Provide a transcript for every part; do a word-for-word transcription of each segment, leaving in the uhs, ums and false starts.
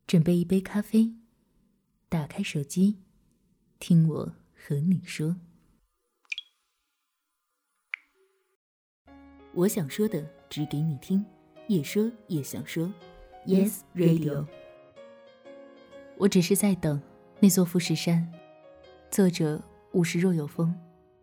准备一杯咖啡，打开手机，听我和你说。我想说的只给你听，也说也想说。 Yes Radio。 我只是在等那座富士山。作者五十若有风。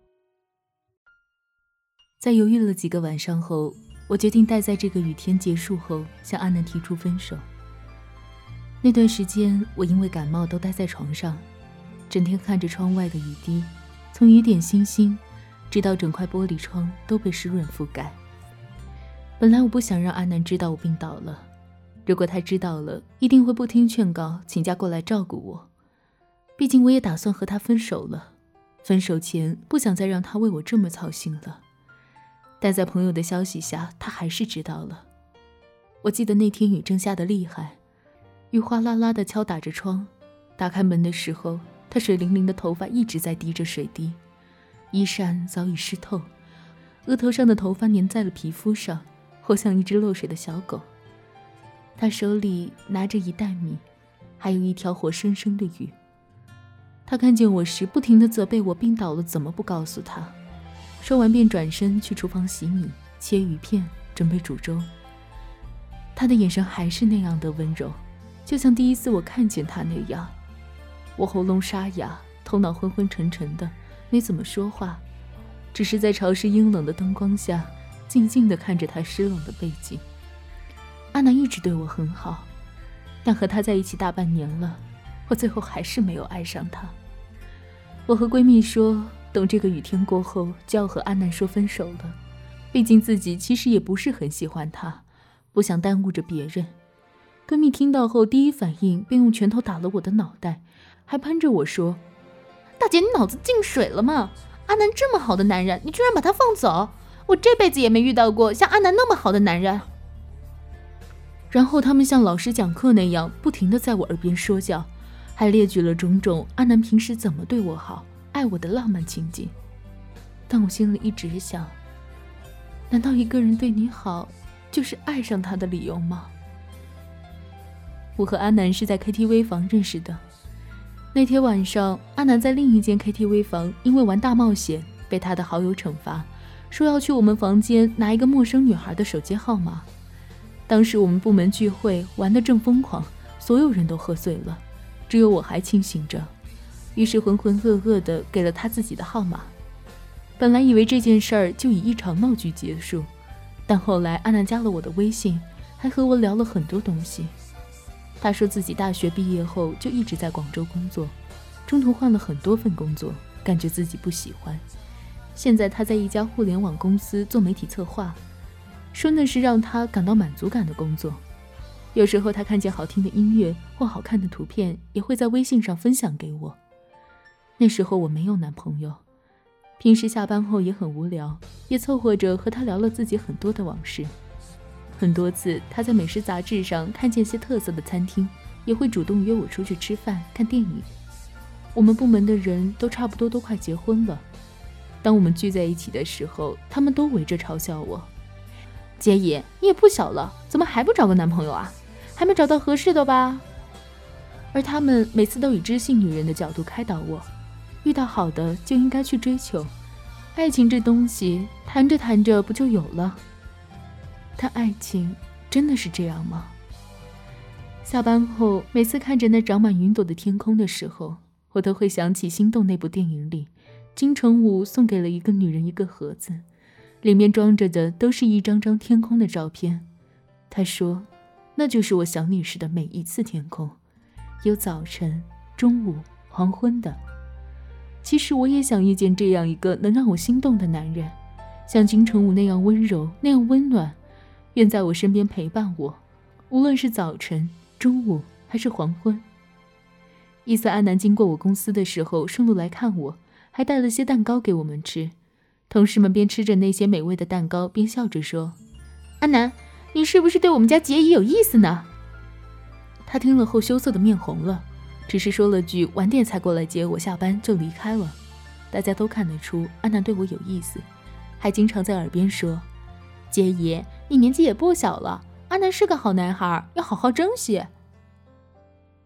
在犹豫了几个晚上后，我决定待在这个雨天结束后向阿南提出分手。那段时间我因为感冒都待在床上，整天看着窗外的雨滴，从雨点星星直到整块玻璃窗都被湿润覆盖。本来我不想让阿南知道我病倒了，如果他知道了，一定会不听劝告请假过来照顾我。毕竟我也打算和他分手了，分手前不想再让他为我这么操心了。但在朋友的消息下，他还是知道了。我记得那天雨正下得厉害，雨哗啦啦地敲打着窗，打开门的时候，他水灵灵的头发一直在滴着水滴，衣衫早已湿透，额头上的头发粘在了皮肤上，活像一只落水的小狗。他手里拿着一袋米，还有一条活生生的鱼。他看见我时，不停地责备我病倒了怎么不告诉他。说完便转身去厨房洗米、切鱼片，准备煮粥。他的眼神还是那样的温柔，就像第一次我看见他那样。我喉咙沙哑，头脑昏昏沉沉的，没怎么说话，只是在潮湿阴冷的灯光下静静地看着他湿冷的背景。阿南一直对我很好，但和他在一起大半年了，我最后还是没有爱上他。我和闺蜜说，等这个雨天过后就要和阿南说分手了，毕竟自己其实也不是很喜欢他，不想耽误着别人。闺蜜听到后第一反应便用拳头打了我的脑袋，还攀着我说，大姐你脑子进水了吗？阿南这么好的男人，你居然把他放走，我这辈子也没遇到过像阿南那么好的男人。然后他们像老师讲课那样不停地在我耳边说教，还列举了种种阿南平时怎么对我好，爱我的浪漫情景。但我心里一直想，难道一个人对你好就是爱上他的理由吗？我和阿南是在 K T V 房认识的。那天晚上，阿南在另一间 K T V 房因为玩大冒险被他的好友惩罚，说要去我们房间拿一个陌生女孩的手机号码。当时我们部门聚会玩得正疯狂，所有人都喝醉了，只有我还清醒着，于是浑浑噩噩地给了他自己的号码。本来以为这件事儿就以一场闹剧结束，但后来阿南加了我的微信，还和我聊了很多东西。他说自己大学毕业后就一直在广州工作，中途换了很多份工作，感觉自己不喜欢。现在他在一家互联网公司做媒体策划，说那是让他感到满足感的工作。有时候他看见好听的音乐或好看的图片，也会在微信上分享给我。那时候我没有男朋友，平时下班后也很无聊，也凑合着和他聊了自己很多的往事。很多次他在美食杂志上看见些特色的餐厅，也会主动约我出去吃饭看电影。我们部门的人都差不多都快结婚了，当我们聚在一起的时候，他们都围着嘲笑我，姐姐你也不小了，怎么还不找个男朋友啊？还没找到合适的吧？而他们每次都以知性女人的角度开导我，遇到好的就应该去追求，爱情这东西谈着谈着不就有了。但爱情真的是这样吗？下班后每次看着那长满云朵的天空的时候，我都会想起《心动》那部电影里，金城武送给了一个女人一个盒子，里面装着的都是一张张天空的照片。他说，那就是我想你时的每一次天空，有早晨、中午、黄昏的。其实我也想遇见这样一个能让我心动的男人，像金城武那样温柔，那样温暖，愿在我身边陪伴我，无论是早晨、中午还是黄昏。一次阿南经过我公司的时候顺路来看我，还带了些蛋糕给我们吃。同事们边吃着那些美味的蛋糕边笑着说，阿南，你是不是对我们家杰姨有意思呢？他听了后羞涩的面红了，只是说了句晚点才过来接我下班就离开了。大家都看得出阿南对我有意思，还经常在耳边说，杰姨你年纪也不小了，阿南是个好男孩，要好好珍惜。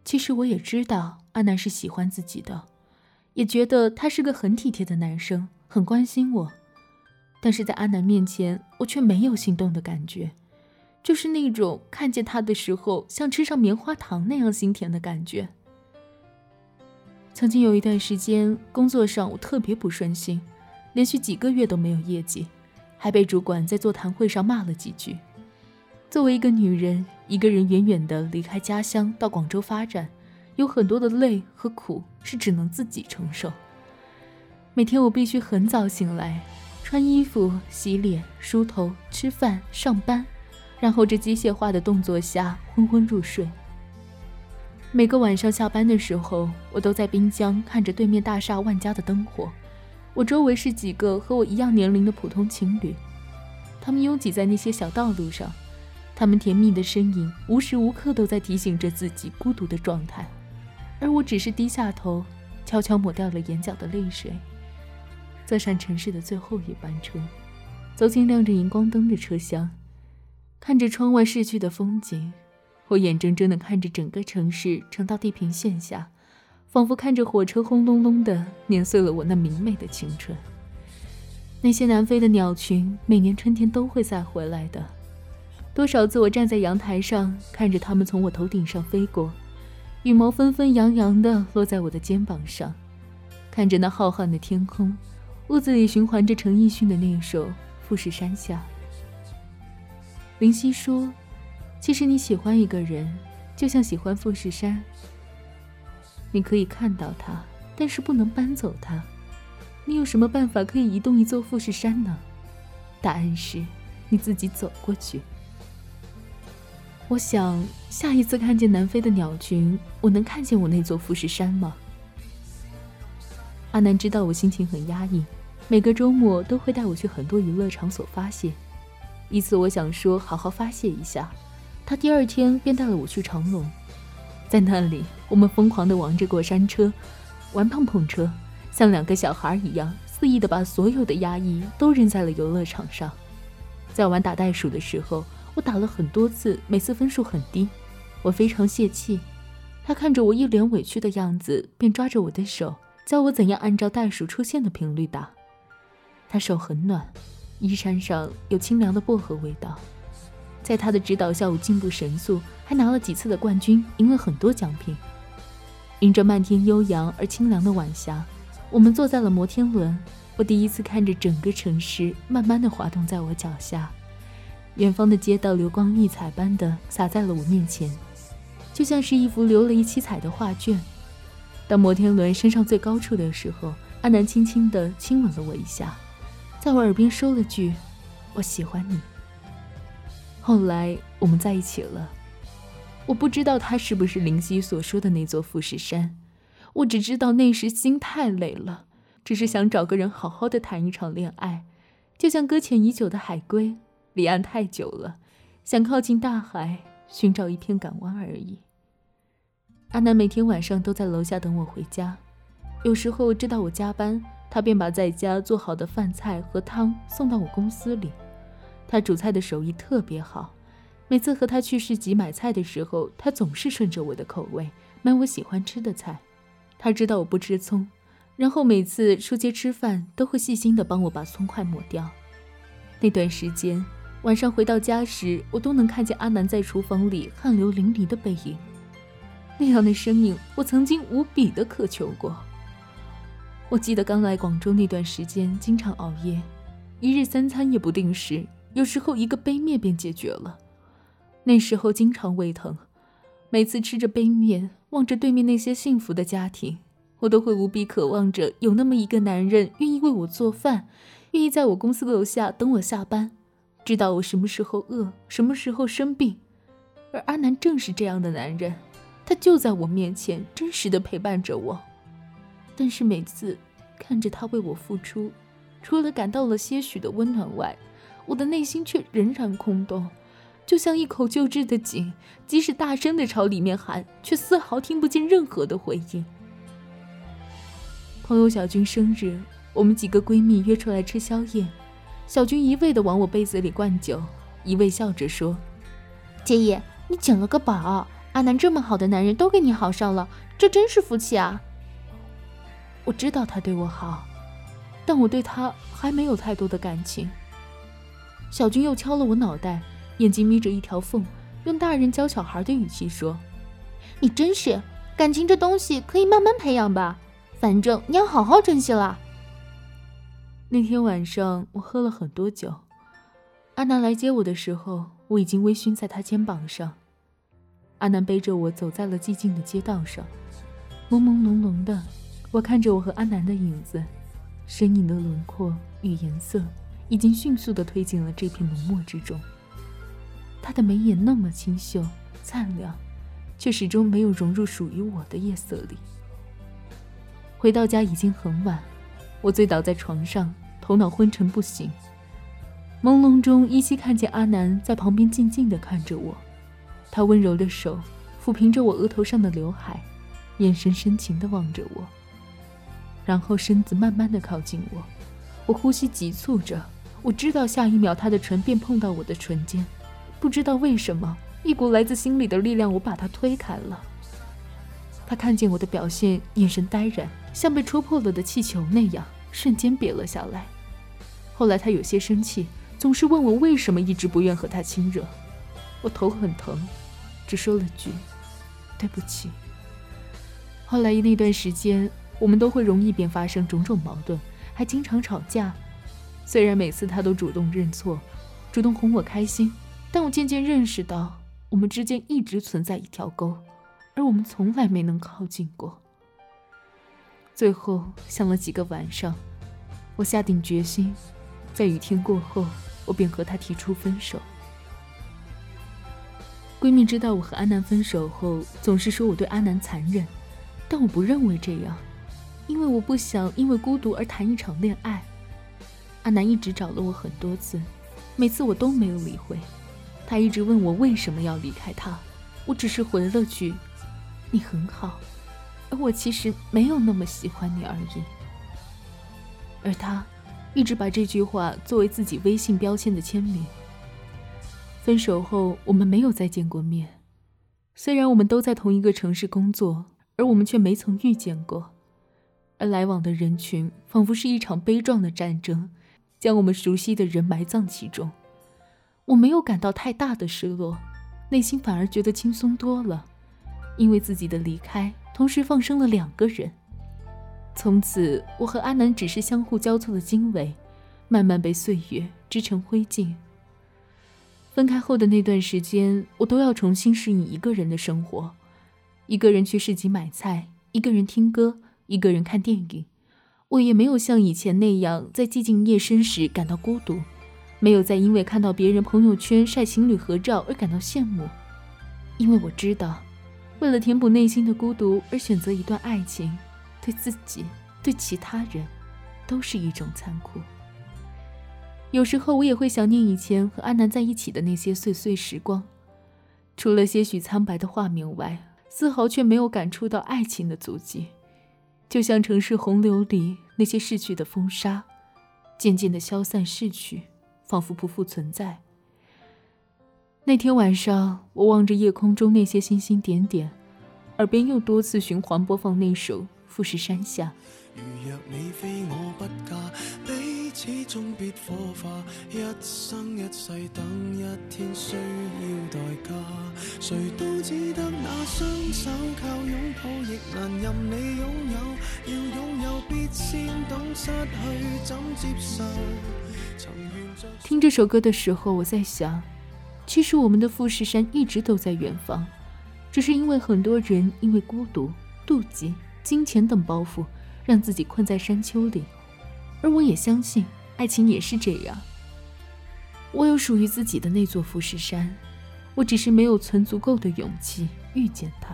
其实我也知道阿南是喜欢自己的，也觉得他是个很体贴的男生，很关心我。但是在阿南面前，我却没有心动的感觉，就是那种看见他的时候像吃上棉花糖那样心甜的感觉。曾经有一段时间，工作上我特别不顺心，连续几个月都没有业绩，还被主管在座谈会上骂了几句。作为一个女人，一个人远远地离开家乡到广州发展，有很多的累和苦是只能自己承受。每天我必须很早醒来，穿衣服、洗脸、梳头、吃饭、上班，然后这机械化的动作下昏昏入睡。每个晚上下班的时候，我都在滨江看着对面大厦万家的灯火，我周围是几个和我一样年龄的普通情侣，他们拥挤在那些小道路上，他们甜蜜的身影无时无刻都在提醒着自己孤独的状态，而我只是低下头，悄悄抹掉了眼角的泪水，坐上城市的最后一班车，走进亮着荧光灯的车厢，看着窗外逝去的风景，我眼睁睁地看着整个城市沉到地平线下，仿佛看着火车轰隆隆地碾碎了我那明媚的青春。那些南飞的鸟群每年春天都会再回来的，多少次我站在阳台上看着它们从我头顶上飞过，羽毛纷纷扬扬地落在我的肩膀上，看着那浩瀚的天空，屋子里循环着陈奕迅的那首《富士山下》。林夕说，其实你喜欢一个人，就像喜欢富士山，你可以看到它，但是不能搬走它。你有什么办法可以移动一座富士山呢？答案是你自己走过去。我想下一次看见南飞的鸟群，我能看见我那座富士山吗？阿南知道我心情很压抑，每个周末都会带我去很多娱乐场所发泄。一次我想说好好发泄一下，他第二天便带了我去长隆。在那里，我们疯狂地玩着过山车，玩碰碰车，像两个小孩一样肆意地把所有的压抑都扔在了游乐场上。在玩打袋鼠的时候，我打了很多次，每次分数很低，我非常泄气。他看着我一脸委屈的样子，便抓着我的手，教我怎样按照袋鼠出现的频率打。他手很暖，衣衫上有清凉的薄荷味道。在他的指导下，我进步神速，还拿了几次的冠军，赢了很多奖品。迎着漫天悠扬而清凉的晚霞，我们坐在了摩天轮，我第一次看着整个城市慢慢地滑动在我脚下，远方的街道流光溢彩般的洒在了我面前，就像是一幅流了一七彩的画卷。当摩天轮升上最高处的时候，阿南轻轻地亲吻了我一下，在我耳边说了句我喜欢你。后来我们在一起了，我不知道他是不是林夕所说的那座富士山，我只知道那时心太累了，只是想找个人好好的谈一场恋爱，就像搁浅已久的海龟，离岸太久了，想靠近大海，寻找一片港湾而已。阿南每天晚上都在楼下等我回家，有时候知道我加班，他便把在家做好的饭菜和汤送到我公司里。他煮菜的手艺特别好，每次和他去市集买菜的时候，他总是顺着我的口味买我喜欢吃的菜。他知道我不吃葱，然后每次出街吃饭都会细心地帮我把葱块抹掉。那段时间晚上回到家时，我都能看见阿南在厨房里汗流淋漓的背影，那样的身影我曾经无比的渴求过。我记得刚来广州那段时间经常熬夜，一日三餐也不定时，有时候一个杯面便解决了。那时候经常胃疼，每次吃着杯面，望着对面那些幸福的家庭，我都会无比渴望着有那么一个男人愿意为我做饭，愿意在我公司楼下等我下班，知道我什么时候饿，什么时候生病。而阿南正是这样的男人，他就在我面前真实的陪伴着我。但是每次看着他为我付出，除了感到了些许的温暖外，我的内心却仍然空洞，就像一口旧制的井，即使大声地朝里面喊，却丝毫听不见任何的回应。朋友小军生日，我们几个闺蜜约出来吃宵夜，小军一味地往我杯子里灌酒，一味笑着说：姐姐，你减了个饱， 阿南这么好的男人都跟你好上了，这真是福气啊。 我知道他对我好，但我对他还没有太多的感情。小军又敲了我脑袋，眼睛眯着一条缝，用大人教小孩的语气说： 你真是，感情这东西可以慢慢培养吧，反正你要好好珍惜啦。 那天晚上我喝了很多酒，阿南来接我的时候，我已经微醺在他肩膀上。阿南背着我走在了寂静的街道上，朦朦胧胧的，我看着我和阿南的影子，身影的轮廓与颜色已经迅速地推进了这片浓墨之中。他的眉眼那么清秀灿亮，却始终没有融入属于我的夜色里。回到家已经很晚，我醉倒在床上，头脑昏沉不醒。朦胧中依稀看见阿南在旁边静静地看着我，他温柔的手抚平着我额头上的刘海，眼神深情地望着我，然后身子慢慢地靠近我。我呼吸急促着，我知道下一秒他的唇便碰到我的唇间，不知道为什么，一股来自心里的力量，我把他推开了。他看见我的表现，眼神呆然，像被戳破了的气球那样，瞬间瘪了下来。后来他有些生气，总是问我为什么一直不愿和他亲热。我头很疼，只说了句对不起。后来那段时间，我们都会容易便发生种种矛盾，还经常吵架。虽然每次他都主动认错，主动哄我开心，但我渐渐认识到，我们之间一直存在一条沟，而我们从来没能靠近过。最后想了几个晚上，我下定决心，在雨天过后，我便和他提出分手。闺蜜知道我和阿南分手后，总是说我对阿南残忍，但我不认为这样，因为我不想因为孤独而谈一场恋爱。阿南一直找了我很多次，每次我都没有理会。他一直问我为什么要离开他，我只是回了句你很好，而我其实没有那么喜欢你而已。而他一直把这句话作为自己微信标签的签名。分手后我们没有再见过面，虽然我们都在同一个城市工作，而我们却没曾遇见过。而来往的人群仿佛是一场悲壮的战争，将我们熟悉的人埋葬其中。我没有感到太大的失落，内心反而觉得轻松多了，因为自己的离开同时放生了两个人。从此我和阿南只是相互交错的经纬，慢慢被岁月织成灰烬。分开后的那段时间，我都要重新适应一个人的生活，一个人去市集买菜，一个人听歌，一个人看电影。我也没有像以前那样在寂静夜深时感到孤独，没有再因为看到别人朋友圈晒情侣合照而感到羡慕。因为我知道，为了填补内心的孤独而选择一段爱情，对自己，对其他人，都是一种残酷。有时候我也会想念以前和阿南在一起的那些碎碎时光，除了些许苍白的画面外，丝毫却没有感触到爱情的足迹，就像城市洪流里那些逝去的风沙，渐渐地消散逝去，仿佛不复存在。那天晚上，我望着夜空中那些星星点点，耳边又多次循环播放那首《富士山下》。 如若你非我不嫁，彼此终必火化，一生一世等一天需要代价，谁都只得那雙手靠擁抱，亦難任你擁有，要擁有必先懂失去怎接受。 聽這首歌的時候，我在想，其實我們的富士山一直都在遠方，只是因為很多人因為孤獨、妒忌、金錢等包袱，讓自己困在山丘裡。而我也相信，愛情也是這樣。我有屬於自己的那座富士山，我只是沒有存足夠的勇氣遇見它。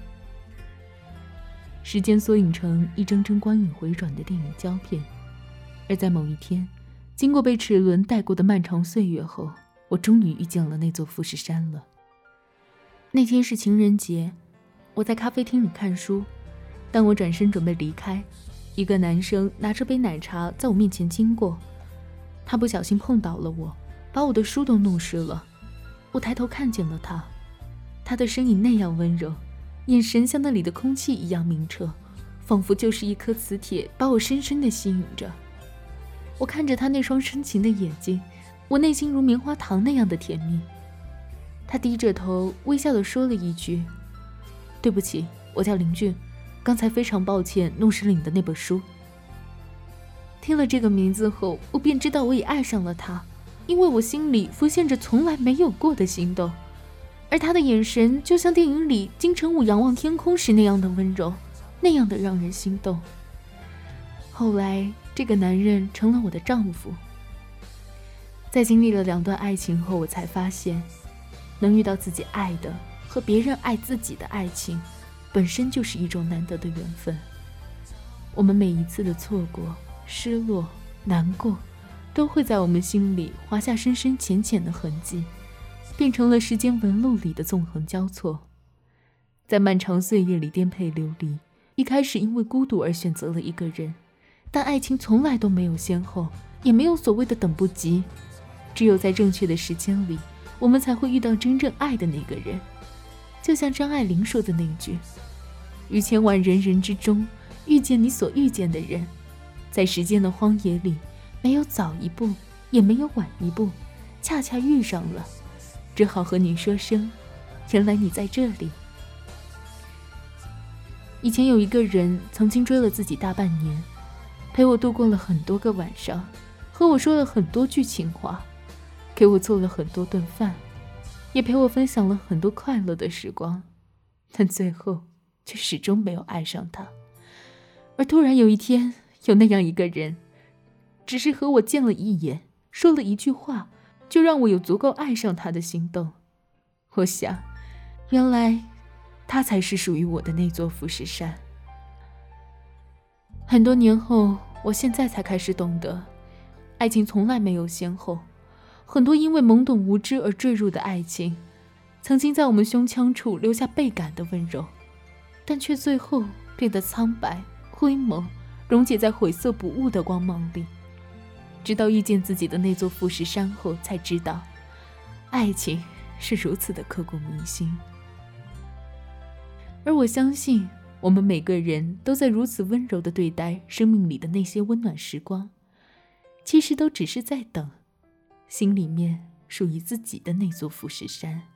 時間縮影成一幀幀光影回轉的電影膠片，而在某一天，經過被齒輪帶過的漫長歲月後，我終於遇見了那座富士山了。那天是情人節，我在咖啡廳裡看書，當我轉身準備離開，一個男生拿着杯奶茶在我面前經過，他不小心碰倒了我，把我的書都弄濕了。我抬頭看見了他，他他的身影那样温柔，眼神像那里的空气一样明澈，仿佛就是一颗磁铁，把我深深地吸引着。我看着他那双深情的眼睛，我内心如棉花糖那样的甜蜜。他低着头，微笑地说了一句：“对不起，我叫林俊，刚才非常抱歉弄湿了你的那本书。”听了这个名字后，我便知道我也爱上了他，因为我心里浮现着从来没有过的心动，而他的眼神就像电影里金城武仰望天空时那样的温柔，那样的让人心动。后来，这个男人成了我的丈夫。在经历了两段爱情后，我才发现，能遇到自己爱的和别人爱自己的爱情，本身就是一种难得的缘分。我们每一次的错过、失落、难过，都会在我们心里划下深深浅浅的痕迹，变成了时间纹路里的纵横交错。在漫长岁月里颠沛流离，一开始因为孤独而选择了一个人，但爱情从来都没有先后，也没有所谓的等不及，只有在正确的时间里，我们才会遇到真正爱的那个人。就像张爱玲说的那句：“于千万人人之中，遇见你所遇见的人，在时间的荒野里，没有早一步，也没有晚一步，恰恰遇上了，只好和你说声，原来你在这里。”以前有一个人曾经追了自己大半年，陪我度过了很多个晚上，和我说了很多句情话，给我做了很多顿饭，也陪我分享了很多快乐的时光，但最后却始终没有爱上他。而突然有一天，有那样一个人，只是和我见了一眼，说了一句话，就让我有足够爱上他的心动。我想，原来他才是属于我的那座富士山。很多年后，我现在才开始懂得，爱情从来没有先后。很多因为懵懂无知而坠入的爱情，曾经在我们胸腔处留下倍感的温柔，但却最后变得苍白、灰蒙，溶解在晦涩不悟的光芒里。直到遇见自己的那座富士山后，才知道，爱情是如此的刻骨铭心。而我相信，我们每个人都在如此温柔地对待生命里的那些温暖时光，其实都只是在等心里面属于自己的那座富士山。